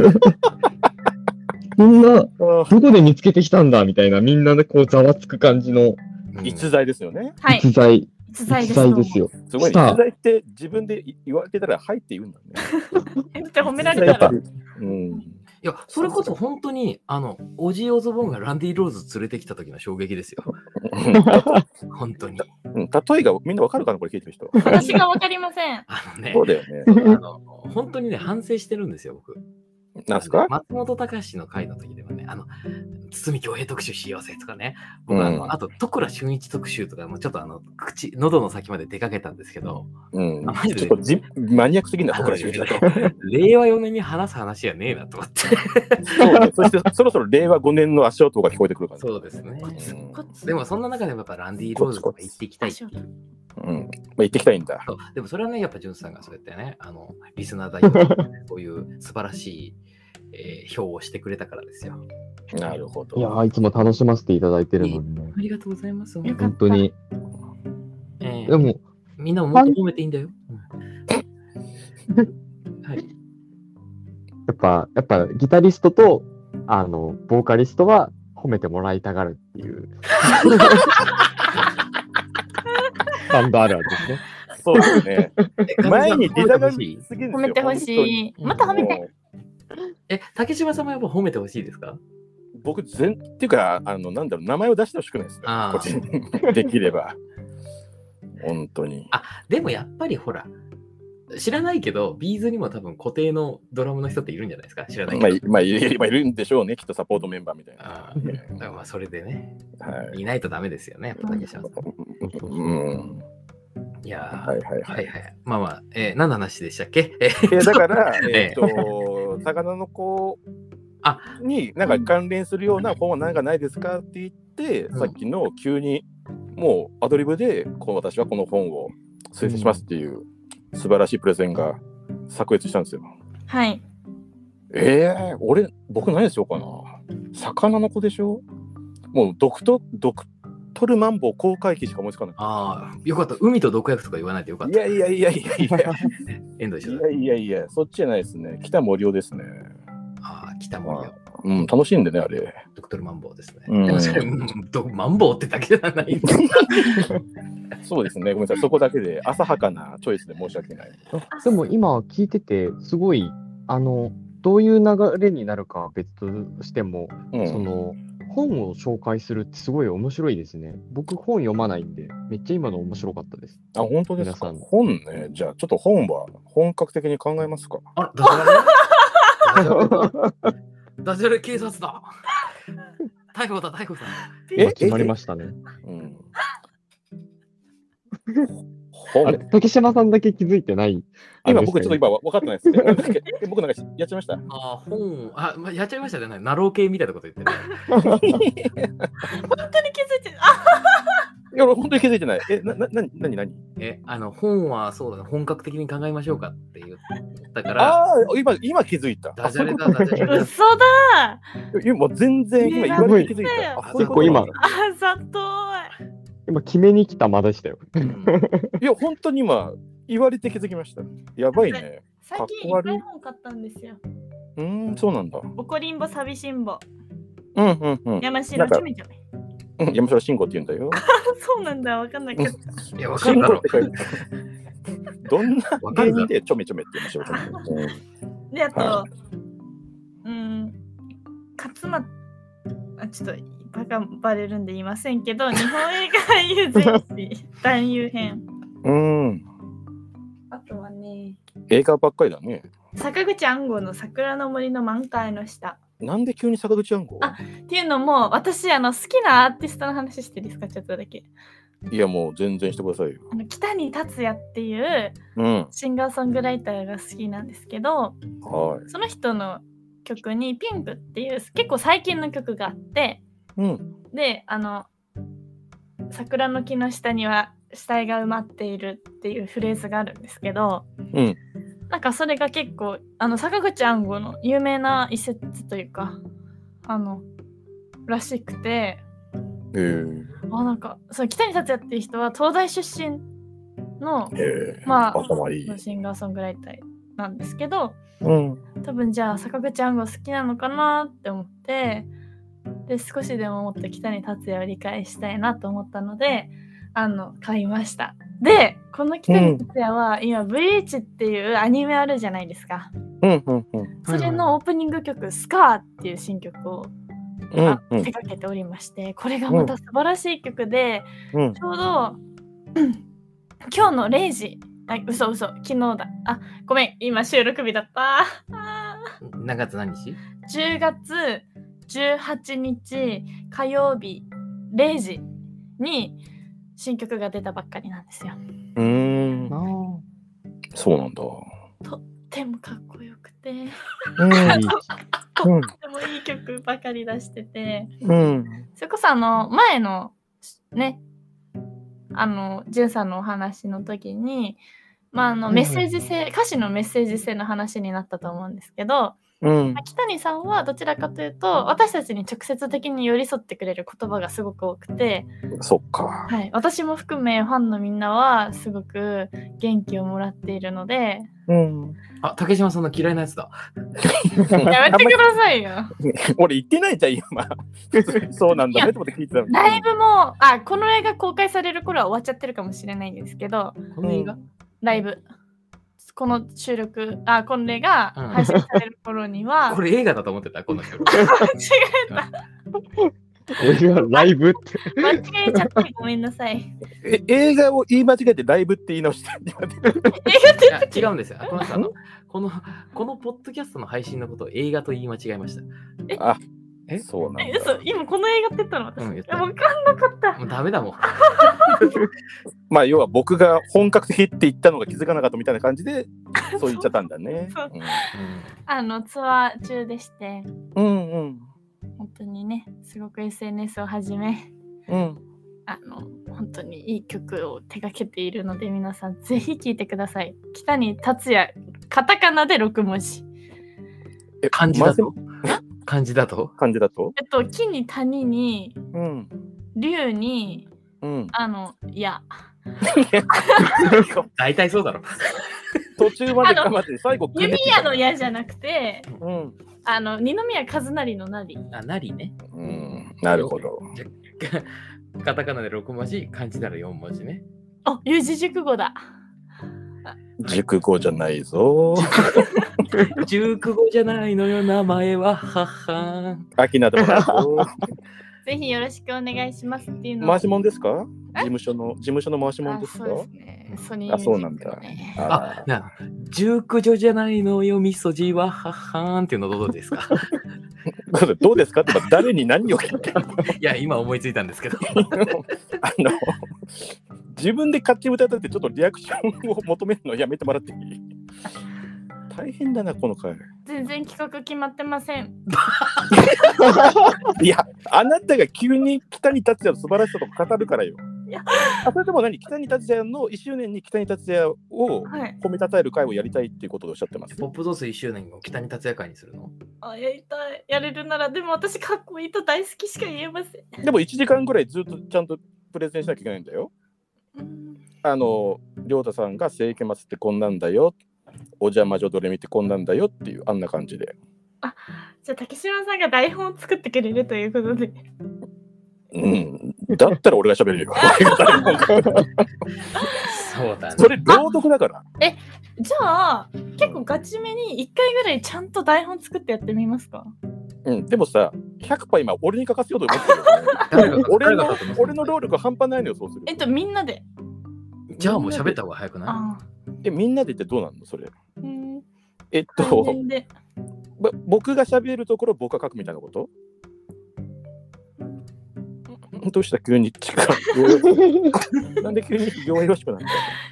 みんな、どこで見つけてきたんだみたいな、みんなでこうざわつく感じの。 逸材ですよね。 逸材ですよ。 すごい、逸材って自分で言われてたら、はいって言うんだね。 って褒められたら。 いや、それこそ本当に、オジー・オズボーンがランディ・ローズ連れてきた時の衝撃ですよ。本当に。 例えがみんなわかるかな、これ聞いてる人。 私がわかりません。 そうだよね。 本当にね、反省してるんですよ、僕。 なんすか？ 松本隆の回の時ではね、堤恭平特集しようぜとかね、僕あと、戸倉俊一特集とかもちょっと喉の先まで出かけたんですけど、 ちょっとマニアックすぎんな、戸倉俊一だと。 令和4年に話す話はねえなと思って。 そうね、そしてそろそろ令和5年の足音が聞こえてくるから。 そうですね。でもそんな中でもやっぱランディ・ローズとか行っていきたいっていう。 行ってきたいんだ。 でもそれはね、やっぱジュンさんがそうやってね、リスナー代表でこういう素晴らしい票をしてくれたからですよ。 なるほど。 いやいつも楽しませていただいてるのにね。 ありがとうございます。 本当に。でも、 みんなももっと褒めていいんだよ。はい。 やっぱギタリストと、ボーカリストは褒めてもらいたがるっていう。バンドあるあるですね。 そうですね。前にリザがすぎるんですよ。 褒めてほしい。また褒めて。 竹島さんもやっぱ褒めてほしいですか？ 僕っていうか、なんだろう、名前を出してほしくないですか？こっちにできれば。本当に。 でもやっぱりほら、 知らないけど、ビーズにも多分固定のドラムの人っているんじゃないですか。知らないけど。 まあ、いるんでしょうね、きっとサポートメンバーみたいな。 だからまあそれでね、 はい、 いないとダメですよね、やっぱ竹島さん。いやはいはいはい。まあまあ、何の話でしたっけ？ だから、魚の子になんか関連するような本は何かないですかって言って、さっきの急にもうアドリブで私はこの本を推薦しますっていう素晴らしいプレゼンが炸裂したんですよ。 はい。 僕何しようかな。魚の子でしょ？もうドクトルマンボウ公開記しか思いつかない。 ああ、よかった。海と毒薬とか言わないでよかった。 いや。 遠藤一緒だ。 いや、そっちじゃないですね。北森夫ですね。 ああ、北森夫。 楽しいんでね、あれ。 ドクトルマンボウですね。でもそれ、マンボウってだけじゃない。 そうですね。ごめんなさい。そこだけで浅はかなチョイスで申し訳ない。 でも今聞いてて、すごい、どういう流れになるか別としても、その、本を紹介するってすごい面白いですね。僕本読まないんで、めっちゃ今の面白かったです。 あ、本当ですか。本ね。じゃあちょっと本は本格的に考えますか。 あ、ダジャレ警察だ。逮捕だ。 決まりましたね。竹島さんだけ気づいてない。 今僕ちょっと分かってないです。僕なんかやっちゃいました。 やっちゃいましたね。ナロー系みたいなこと言ってね。 本当に気づいてる。 いや、本当に気づいてない。 何？本はそうだね。本格的に考えましょうかって言ったから。 今気づいた。 ダジャレだ。 嘘だ。 もう全然今言われて気づいた。 結構今。今決めに来た間でしたよ。 いや、本当に今言われて気づきました。やばいね。 最近いっぱい本買ったんですよ。 そうなんだ。 おこりんぼ、さびしんぼ。山城ちょめちょめ。 山城慎吾って言うんだよ。 そうなんだ、わかんないけど。 いや、わかんない。 どんな芸人でちょめちょめって言いましょう。 で、あと、勝間、ちょっとバカバレるんで言いませんけど、日本映画俳優全史男優編。あとはね、 映画ばっかりだね。 坂口安吾の桜の森の満開の下。 なんで急に坂口安吾？ っていうのも、私好きなアーティストの話していいですか、ちょっとだけ。 いや、もう全然してくださいよ。 北に達也っていうシンガーソングライターが好きなんですけど、その人の曲にピンクっていう結構最近の曲があって、で、桜の木の下には死体が埋まっているっていうフレーズがあるんですけど、なんかそれが結構坂口安吾の有名な一節というからしくて、なんかそう北に達也っていう人は東大出身のシンガーソングライターなんですけど、多分じゃあ坂口安吾好きなのかなって思って、で少しでももっと北に達也を理解したいなと思ったので買いました。でこの北に達也は今ブリーチっていうアニメあるじゃないですか。それのオープニング曲スカーっていう新曲を手掛けておりまして、これがまた素晴らしい曲で、ちょうど今日の0時嘘昨日だ。ごめん今収録日だった。 何月何日 ？10月18日火曜日0時に新曲が出たばっかりなんですよ。 そうなんだ。 とってもかっこよくてとってもいい曲ばかり出してて、それこそ前のねじゅんさんのお話の時に、メッセージ性、歌詞のメッセージ性の話になったと思うんですけど、北谷さんはどちらかというと私たちに直接的に寄り添ってくれる言葉がすごく多くて、 そっか、 私も含めファンのみんなはすごく元気をもらっているので、 竹島さんの嫌いなやつだ。 やめてくださいよ。 俺言ってないじゃん今。そうなんだねと思って聞いてたのに。 ライブもこの映画公開される頃は終わっちゃってるかもしれないんですけど、 この映画ライブこの収録これが配信される頃には、 これ映画だと思ってたこの収録。 違えた。 俺はライブって。 間違えちゃってごめんなさい。 映画を言い間違えてライブって言い直して。 映画って違うんですよ。このポッドキャストの配信のことを映画と言い間違えました。 あ、そうなんだ。 嘘、今この映画って言ったの私。 言ったわかんなかった。 もうダメだもん。 まあ要は僕が本格的って言ったのが気づかなかったみたいな感じでそう言っちゃったんだね。 そうツアー中でして、本当にね、すごく SNS をはじめ、本当にいい曲を手掛けているので皆さんぜひ聴いてください。北に達也、カタカナで6文字。 漢字だと漢字だと木に谷に、竜に、矢。 大体そうだろ。 途中までかまって最後弓矢の矢じゃなくて、二宮和也のなり。 なりね。 なるほど。 カタカナで6文字、漢字なら4文字ね。 四字熟語だ。 熟語じゃないぞ。 熟語じゃないのよ、名前は母。 秋名でもないぞ。 ぜひよろしくお願いしますっていうの。 回しもんですか？事務所の回しもんですか？ そうですね。 そうなんだ。 熟女じゃないのよ、みそじは母っていうのどうですか？ どうですかって誰に何を聞いてるの？ いや、今思いついたんですけど。 自分で勝手に歌ったってちょっとリアクションを求めるのやめてもらっていい？大変だな、この回。 全然企画決まってません。 いや、あなたが急に北に達也の素晴らしさとか語るからよ。それとも北に達也の1周年に北に達也を褒めたたえる会をやりたいっていうことをおっしゃってます。 ポップゾース1周年を北に達也会にするの？ やりたい。やれるなら、でも私かっこいいと大好きしか言えません。 でも1時間ぐらいずっとちゃんとプレゼンしなきゃいけないんだよ。亮太さんが世紀末ってこんなんだよ。お邪魔女ドレミってこんなんだよっていうあんな感じで。 じゃあ竹島さんが台本を作ってくれるということで。 だったら俺が喋るよ。 そうだね。 それ朗読だから。 じゃあ結構ガチめに1回ぐらいちゃんと台本作ってやってみますか？ でもさ、100% 今俺に書かせようと思ってるよね。俺の労力半端ないのよ、そうする。 みんなで。 じゃあもう喋った方が早くない？ みんなでってどうなのそれ？僕が喋るところ僕が書くみたいなこと？どうした急になんで急に弱々しくなった？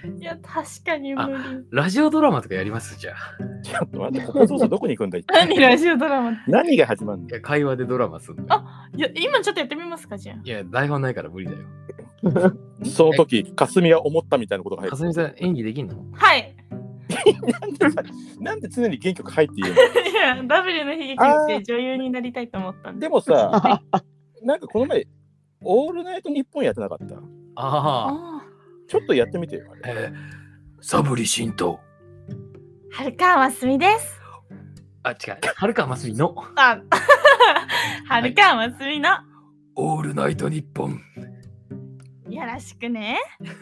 いや、確かに無理。 ラジオドラマとかやりますじゃあ。 ちょっと待って、ここソースどこに行くんだい？ 何ラジオドラマって？ 何が始まるの？ 会話でドラマするの。 いや、今ちょっとやってみますかじゃあ。 いや、台本ないから無理だよ。 その時、かすみは思ったみたいなことが入る。 かすみさん演技できんの？ はい。 なんで常に原曲入って言うの？いや、W の悲劇って女優になりたいと思ったんで。 でもさ、なんかこの前、オールナイトニッポンやってなかった？ちょっとやってみてよ。 サブリシンと春川真澄です。 違う。春川真澄の。 春川真澄のオールナイトニッポン。 よろしくね。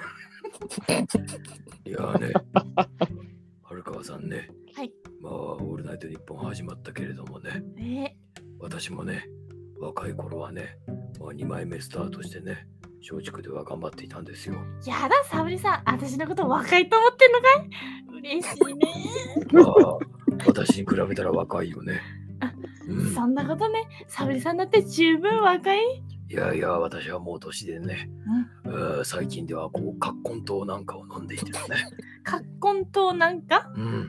いやね、春川さんね。 はい。 オールナイトニッポン始まったけれどもね。私もね、若い頃はね、2枚目スタートしてね、松竹では頑張っていたんですよ。 やだ、沙織さん、私のこと若いと思ってんのかい？嬉しいね。 私に比べたら若いよね。 そんなことね、沙織さんだって十分若い。 いやいや、私はもう年でね、最近では葛根湯なんかを飲んでいてね。 葛根湯なんか？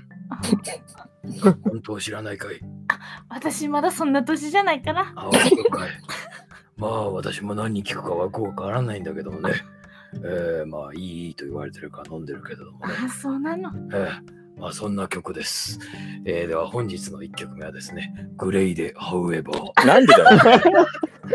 葛根湯知らないかい？ 私まだそんな年じゃないから。 そうかい。私も何に聞くかはわからないんだけどもね。いいと言われてるから飲んでるけれどもね。 そうなの。 そんな曲です。では本日の1曲目はですね、グレイで However。 なんでだよ。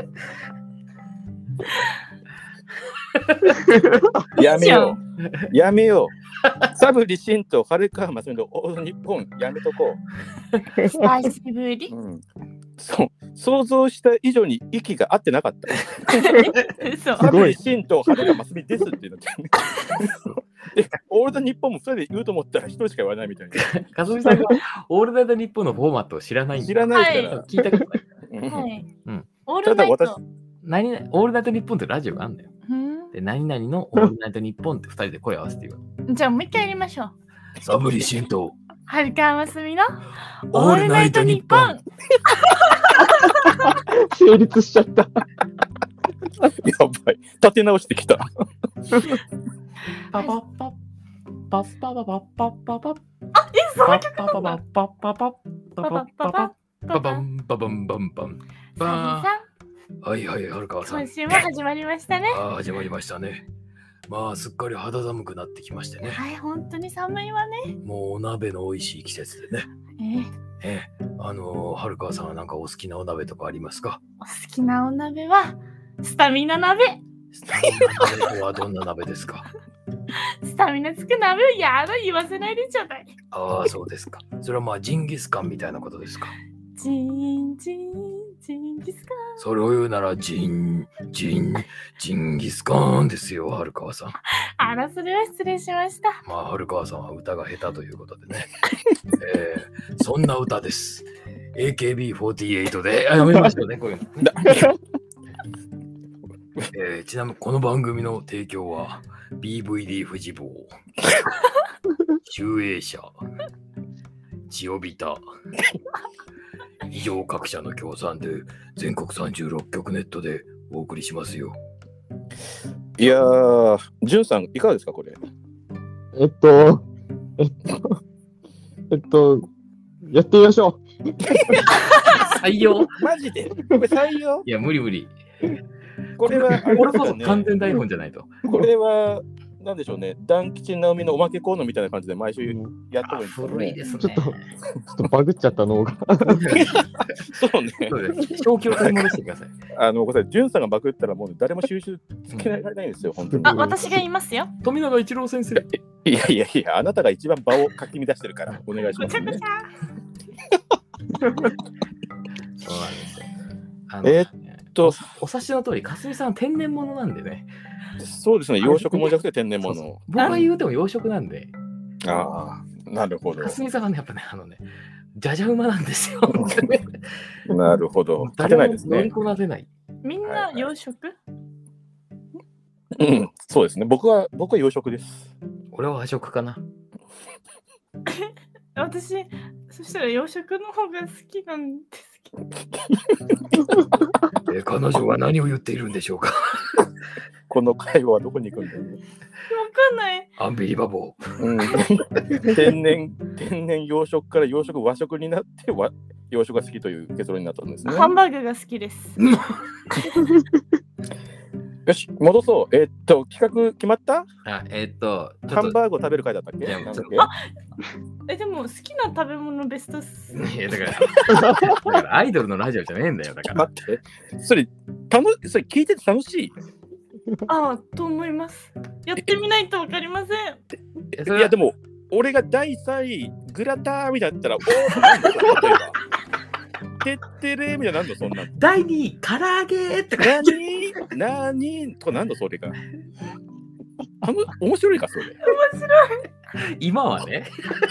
やめよう。サブリシンと春川真澄のオール日本やめとこう。 久しぶり。 想像した以上に息が合ってなかった。サブリシンと春川真澄ですっていうの。オールナイトニッポンもそれで言うと思ったら一人しか言わないみたいな。 かすみさんがオールナイトニッポンのフォーマットを知らないんだ。 知らないから。 聞いたことない。 はい。オールナイト。 何々、オールナイトニッポンってラジオがあるんだよ。で、何々のオールナイトニッポンって2人で声合わせて言う。 じゃあもう一回やりましょう。 サブリシンとはるかますみのオールナイトニッポン。 成立しちゃった。 やばい。立て直してきた。 パパッパッパッパパパッパッパパッ。 あ、その曲パパパパッパパッパパッパパッパバンババンバンバン。 サビさはいはい、はるかん、 さん。 今週も始まりましたね。 始まりましたね。まあ、すっかり肌寒くなってきましてね。 はい、本当に寒いわね。 もうお鍋の美味しい季節でね。はるかさんはなんかお好きなお鍋とかありますか？ お好きなお鍋はスタミナ鍋。 スタミナ鍋とはどんな鍋ですか？ スタミナつく鍋をやだ言わせないでちょうだい。 ああ、そうですか。それはまあジンギスカンみたいなことですか？ ジンギスカン。 それを言うならジンギスカンですよ、はるかわさん。 あら、それは失礼しました。 まあ、はるかわさんは歌が下手ということでね。そんな歌です。AKB48 で、やめましょうね、こういうの。ちなみにこの番組の提供は BVD 富士坊、集英社、ジオビタ、以上各社の協賛で全国36局ネットでお送りしますよ。 いやー、じゅんさんいかがですかこれ？ やってみましょう。 採用？ マジで？これ採用？ いや、無理。 これは、 これこそ完全台本じゃないと。 これは、なんでしょうね、団吉直美のおまけコーナーみたいな感じで毎週やってもいいですかね。 古いですね。 ちょっとバグっちゃった脳が。 そうね。 正気を取り戻してください。 これ、じゅんさんがバグったらもう誰も収集つけられないんですよ、本当に。 あ、私が言いますよ。 富永一郎先生。 いや、あなたが一番場をかき乱してるから、お願いします、ね。 そうなんですよ。お察しの通り、かすみさんは天然物なんでね。 そうですね、養殖もじゃなくて天然物。 僕が言うても養殖なんで。 ああ、なるほど。 かすみさんはね、やっぱね、じゃじゃ馬なんですよ。 なるほど。勝てないですね。 乗りこなせない。 みんな養殖？ うん、そうですね。僕は養殖です。 俺は和食かな。 私、そしたら養殖の方が好きなんですけど。 彼女は何を言っているんでしょうか？ この会話はどこに行くんだろう。 わかんない。 アンビリバボー。天然養殖から養殖和食になって養殖が好きという結論になったんですね。 ハンバーグが好きです。 よし、戻そう。企画決まった？ ハンバーグを食べる会だったっけ？ でも好きな食べ物ベストス。 いやだからアイドルのラジオじゃねえんだよ。だから。 待って。それ聞いてて楽しい？ と思います。やってみないとわかりません。 いやでも俺が第3位グラターみたいだったらなんだ例えばてってれみたいな、なんだそんな第2位唐揚げって何とかなんだそれが面白いかそれ。 面白い。 今はね。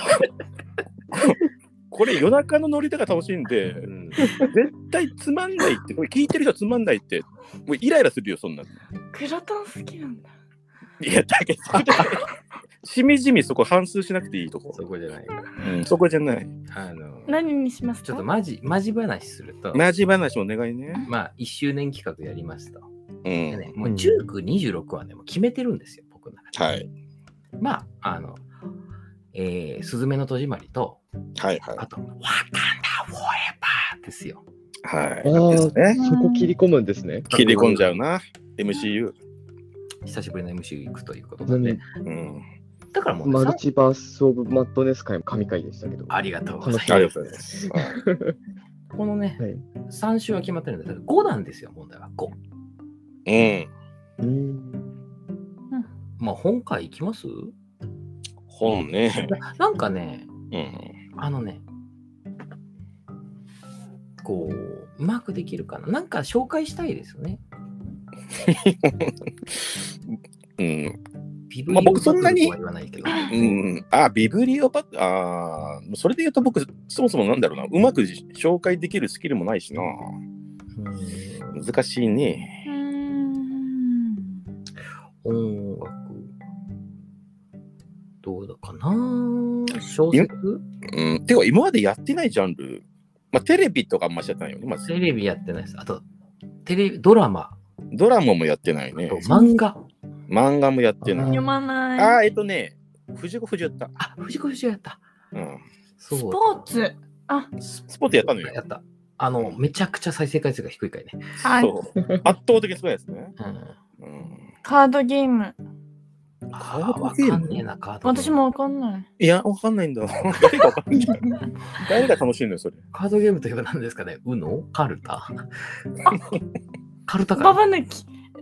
これ夜中のノリとか楽しいんで、絶対つまんないって、これ聞いてる人はつまんないって、もうイライラするよ、そんなの。 グラタン好きなんだ。 いや、だけど、しみじみそこ反数しなくていいとこ。 そこじゃない。 そこじゃない。 何にしますか？ ちょっとマジ話すると。 マジ話お願いね。 まあ、1周年企画やりますと。もう 19、 26はね、もう決めてるんですよ、僕の中で。 はい。 まあ、すずめの戸締まりと、 あと、ワカンダフォーエバーですよ。 はい。 そこ切り込むんですね。 切り込んじゃうな、MCU。 久しぶりの MCU 行くということで。だからもう、 マルチバース・オブ・マッドネス会も神回でしたけど。 ありがとうございます。 ありがとうございます。 このね、3週は決まってるんですけど、5なんですよ、問題は。5。まあ、本会行きます？ 本ね。 なんかね、こう、うまくできるかな。なんか紹介したいですよね。 僕そんなに、 ビブリオバトルそれで言うと僕、そもそもなんだろうな、うまく紹介できるスキルもないしな。難しいね。 小説？ てか今までやってないジャンル。まあテレビとかあんましやってないよね。まずテレビやってないです。あと、ドラマ。 ドラマもやってないね。 漫画もやってない。 読まない。 藤子不二雄やった。 藤子不二雄やった。 スポーツ。 スポーツやったのよ。 やった。めちゃくちゃ再生回数が低いからね。 そう圧倒的に少ないですね。 カードゲーム。 わかんねえな、カード。 私もわかんない。 いや、わかんないんだ。誰が楽しいのよ、それ。 カードゲームといえば何ですかね？カルタカルタか。 ババ抜き。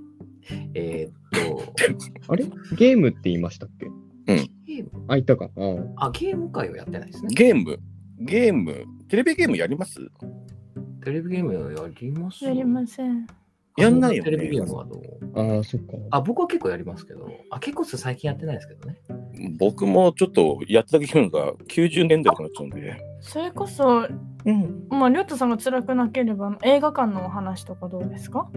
あれゲームって言いましたっけ？ ゲーム？ いたか。 ゲーム会をやってないですね。 ゲーム、テレビゲームやります？ テレビゲームやります？ やりません。 やんないよね。テレビゲームはどう？そっか。 僕は結構やりますけど、結構最近やってないですけどね。 僕もちょっとやってたゲームが90年代とかなっちゃうんで。 それこそ、まあ、りょうたさんが辛くなければ映画館のお話とかどうですか？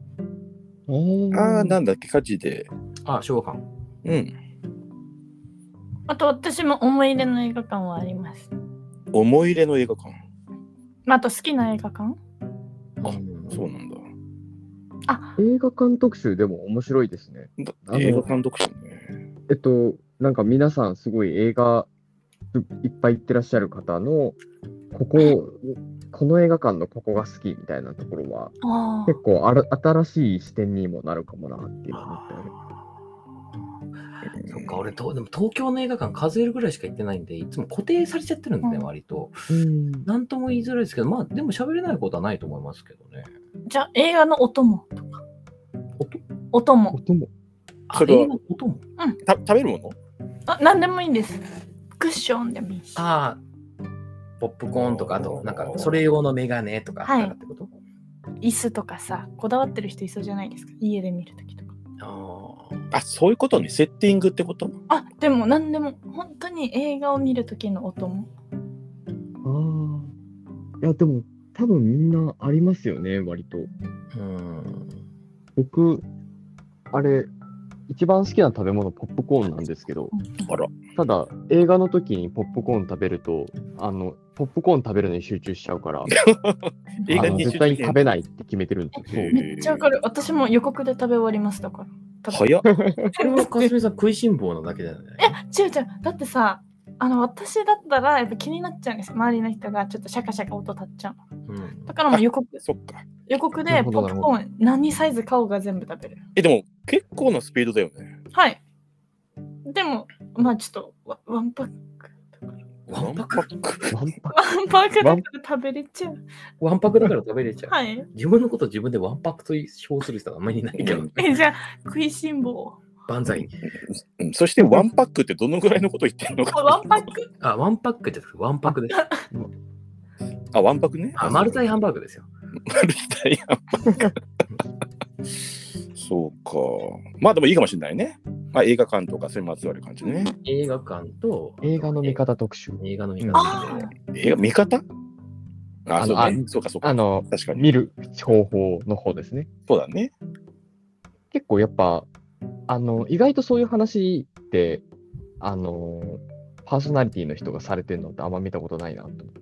なんだっけ、火事で。 小学館。 あと私も思い入れの映画館はあります。 思い入れの映画館？ あと好きな映画館？ そうなんだ。 映画監督集でも面白いですね。 映画監督集ね。 なんか皆さんすごい映画いっぱい行ってらっしゃる方のこの映画館のここが好きみたいなところは結構新しい視点にもなるかもなっていう思ってそっか、俺でも東京の映画館数えるぐらいしか行ってないんで、いつも固定されちゃってるんでね、割と。なんとも言いづらいですけど、まあでも喋れないことはないと思いますけどね。 じゃあ映画のお供とか。音も。 それは食べるもの？ 何でもいいんです。クッションでもいいし。 ポップコーンとか、あとなんかそれ用のメガネとかあったらってこと？ 椅子とかさ、こだわってる人いそうじゃないですか、家で見るときとか。 そういうことね、セッティングってこと？ でも何でも、本当に映画を見るときの音も。 いや、でも多分みんなありますよね、割と。僕、一番好きな食べ物、ポップコーンなんですけど、ただ、映画の時にポップコーン食べると、ポップコーン食べるのに集中しちゃうから、 映画に絶対に食べないって決めてるんですよ。 めっちゃわかる。私も予告で食べ終わりましたから。 早っ。 これはかすみさん食いしん坊なだけだよね。 違う。だってさ、私だったらやっぱ気になっちゃうんです。周りの人がちょっとシャカシャカ音立っちゃう。だからもう予告でポップコーン何サイズ買おうが全部食べる。 でも結構なスピードだよね。 はい。でもまあちょっとワンパックだから食べれちゃう。 ワンパクだから食べれちゃう。 はい。 自分のこと自分でワンパクと称する人はあんまりいないけど。 じゃあ食いしん坊。 万歳。 そしてワンパックってどのぐらいのこと言ってるのか。 ワンパック？ ワンパックじゃなくてワンパクです。 ワンパクね。 マルタイハンバーグですよ。 マルタイハンバーグ。そうか。まあでもいいかもしれないね。映画館とかそういうまつわる感じね。 映画館と映画の見方特集。 映画の見方。 映画見方？そうね。そうか。 確かに。見る方法の方ですね。 そうだね。 結構やっぱ、意外とそういう話って、パーソナリティの人がされてるのってあんま見たことないなと思って。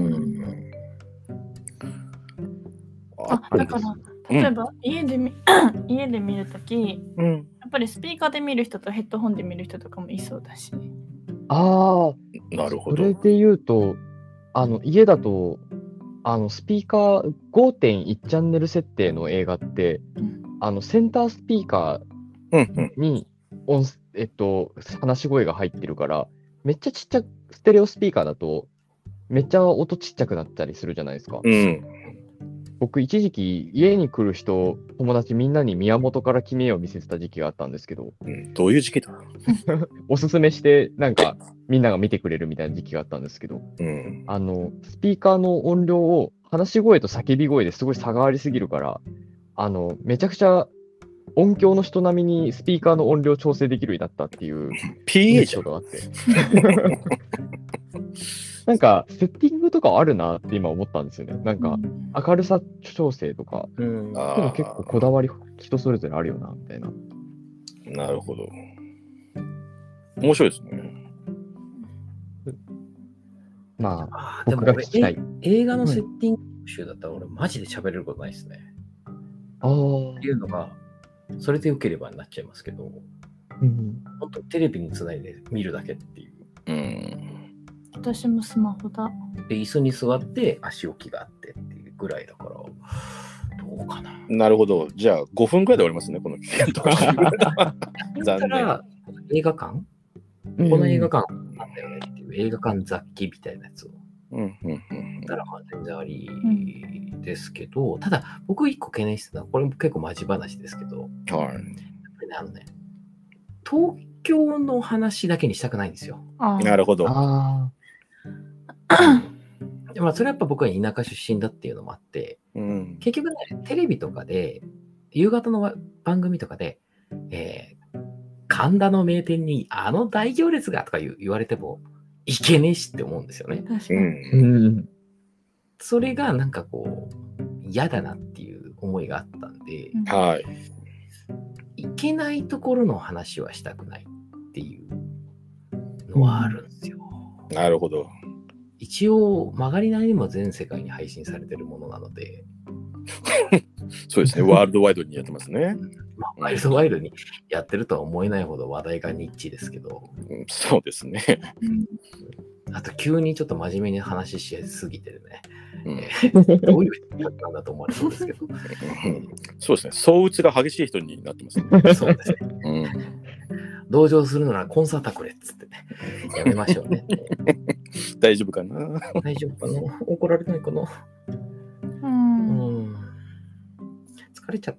だから、例えば、家で見るとき、やっぱりスピーカーで見る人とヘッドホンで見る人とかもいそうだし。 なるほど。 それで言うと、家だと、スピーカー 5.1 チャンネル設定の映画って、センタースピーカーに話し声が入ってるから、めっちゃちっちゃステレオスピーカーだと、めっちゃ音ちっちゃくなったりするじゃないですか。僕、一時期、家に来る人、友達みんなに宮本から君へを見せてた時期があったんですけど、 どういう時期だ？ おすすめして、なんか、みんなが見てくれるみたいな時期があったんですけど、スピーカーの音量を話し声と叫び声ですごい差がありすぎるから、めちゃくちゃ音響の人並みにスピーカーの音量調整できるようになったっていう PA じゃんがあって。なんか、セッティングとかあるなって今思ったんですよね。なんか、明るさ調整とか、でも結構こだわり人それぞれあるよな、みたいな。 なるほど。面白いですね。 まあ、 でも僕が聞きたい。 映画のセッティング集だったら俺マジで喋れることないですね。 ああ。 っていうのが、それで良ければになっちゃいますけど、本当テレビにつないで見るだけっていう。 私もスマホだ。 で、椅子に座って足置きがあってっていうぐらいだから、どうかな。 なるほど。じゃあ5分くらいで終わりますね、この企画とか。残念。 映画館、この映画館なんだよねっていう映画館雑記みたいなやつを。だからまあ全然ありですけど、ただ僕一個懸念してたのは、これも結構マジ話ですけど、東京の話だけにしたくないんですよ。 なるほど。 まあそれはやっぱ僕は田舎出身だっていうのもあって、結局ね、テレビとかで、夕方の番組とかで、神田の名店にあの大行列がとか言われてもいけねえしって思うんですよね。 確かに。 それがなんかこう嫌だなっていう思いがあったんで、いけないところの話はしたくないっていうのはあるんですよ。 なるほど。 一応曲がりなりにも全世界に配信されてるものなのでそうですね、ワールドワイドにやってますね。 ワイルドワイドにやってるとは思えないほど話題がニッチですけど、 そうですね。 あと急にちょっと真面目に話しすぎてるね。どういう人なんだと思われそうですけど。 そうですね、相打ちが激しい人になってますね。 そうですね。同情するならコンサータくれっつってね。やめましょうね。 大丈夫かな？ 大丈夫かな？怒られないかな？疲れちゃった。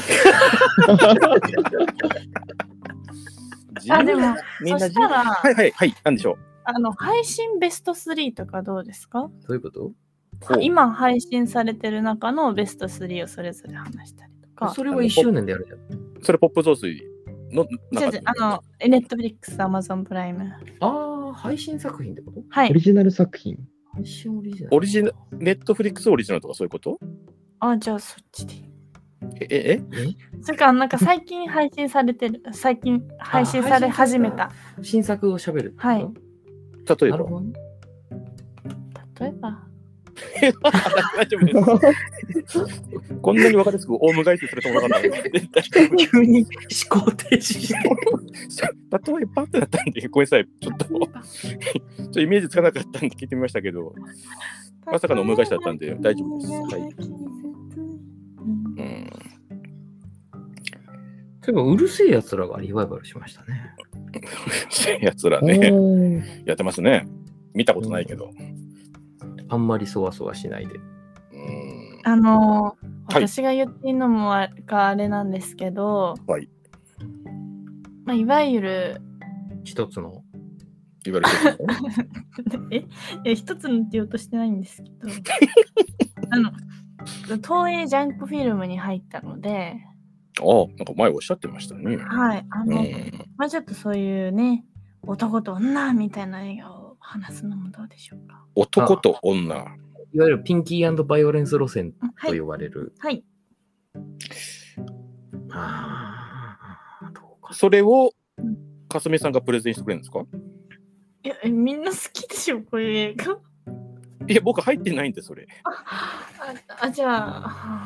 でも、そしたら、 なんでしょう。 配信ベスト3とかどうですか？ どういうこと？ 今配信されてる中のベスト3をそれぞれ話したりとか。 それは1周年でやるじゃん。 それポップ増水の中で。ネットフリックス、アマゾンプライム。 配信作品ってこと？ はい。 オリジナル作品。 配信オリジナル。 ネットフリックスオリジナルとかそういうこと？ じゃあそっちで。 それか、なんか最近配信されてる、最近配信され始めた。 新作を喋る。 はい。 例えば。 例えば。 大丈夫です。こんなに分かりやすくオウム返しすると思わなかったので、急に思考停止して。 例えばってなったんで、ごめんなさい。ちょっとイメージつかなかったんで聞いてみましたけど、まさかのオウム返しだったんで大丈夫です。はい。 そういえば、うるせえやつらがリバイバルしましたね。 うるせえやつらね。やってますね。見たことないけど。 あんまりそわそわしないで。 私が言っていいのもあれなんですけど、いわゆる一つの一つのって言おうとしてないんですけど東映ジャンクフィルムに入ったので、 なんか前おっしゃってましたね。 はい。ちょっとそういうね、男と女みたいな映画を話すのもどうでしょうか。 男と女。 いわゆるピンキー&バイオレンス路線と呼ばれる。 はい。 どうか。それをかすみさんがプレゼンしてくれるんですか？ いや、みんな好きでしょ、こういう映画。 いや、僕入ってないんで、それ。 じゃあ。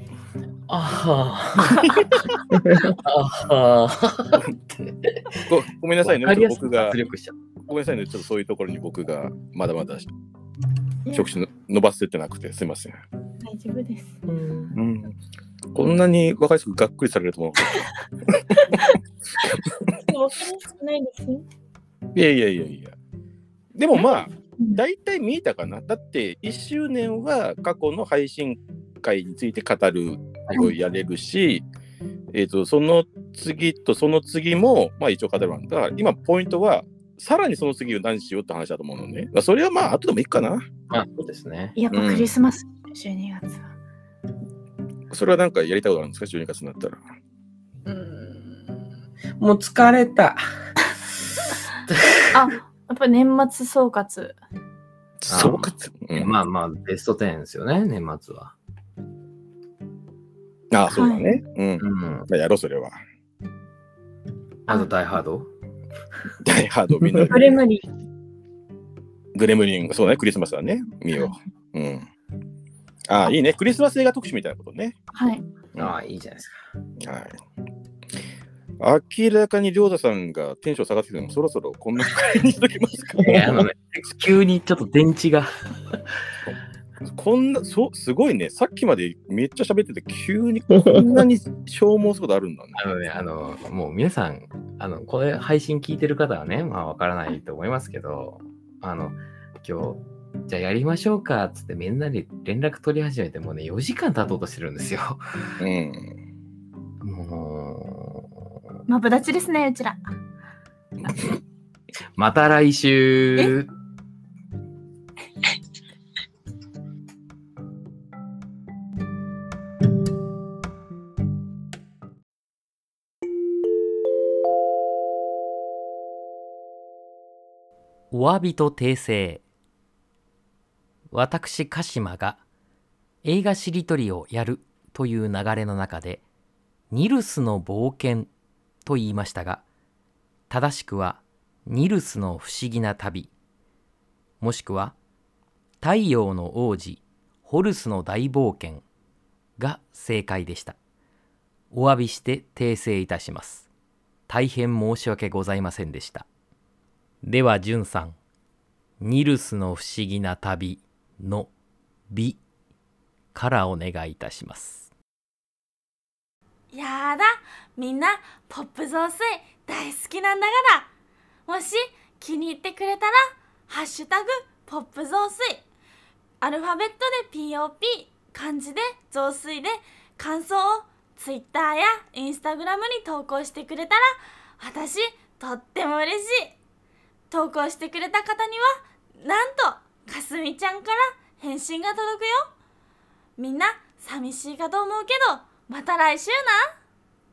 ごめんなさいね、僕が。ごめんなさいね、ちょっとそういうところに僕がまだまだ触手伸ばせてなくてすいません。 大丈夫です。 こんなに若い人がっくりされると思う。 分かりやすくないですよ。 いや。でもまあ、大体見えたかな。だって1周年は過去の配信会について語るをやれるし、その次とその次も、まあ一応語るんだ。今ポイントは、さらにその次を何しようって話だと思うのね。それはまあ後でもいいかな。 そうですね。 やっぱクリスマス、12月は。 それはなんかやりたいことあるんですか、12月になったら。 もう疲れた。 やっぱ年末総括。 総括、 まあベスト10ですよね、年末は。 そうだね。やろう、それは。 あとダイハードダイハードみんな。 それ無理。 グレムリン、そうね、クリスマスはね、見よう。うん。ああ、いいね。クリスマス映画特集みたいなことね。 はい。 ああ、いいじゃないですか。 はい。明らかに亮太さんがテンション下がってきても、そろそろこんなくらいにしときますか。 急にちょっと電池が。 こんな、すごいね。さっきまでめっちゃ喋ってて、急にこんなに消耗することあるんだね。 もう皆さん、これ配信聞いてる方はね、まあわからないと思いますけど、今日、じゃあやりましょうかっつってみんなに連絡取り始めてもうね、4時間経とうとしてるんですよ。 うん。 もう。マブダチですね、うちら。 また来週。お詫びと訂正。私、鹿島が映画しりとりをやるという流れの中で、ニルスの冒険と言いましたが、正しくはニルスの不思議な旅、もしくは太陽の王子ホルスの大冒険が正解でした。お詫びして訂正いたします。大変申し訳ございませんでした。では、じゅんさん、ニルスの不思議な旅の美からお願いいたします。 やだ、みんなポップ増水大好きなんだから。もし気に入ってくれたら、ハッシュタグポップ増水、アルファベットで POP、漢字で増水で感想を Twitter や Instagram に投稿してくれたら、私とっても嬉しい。投稿してくれた方には、なんとかすみちゃんから返信が届くよ。みんな寂しいかと思うけど、また来週な。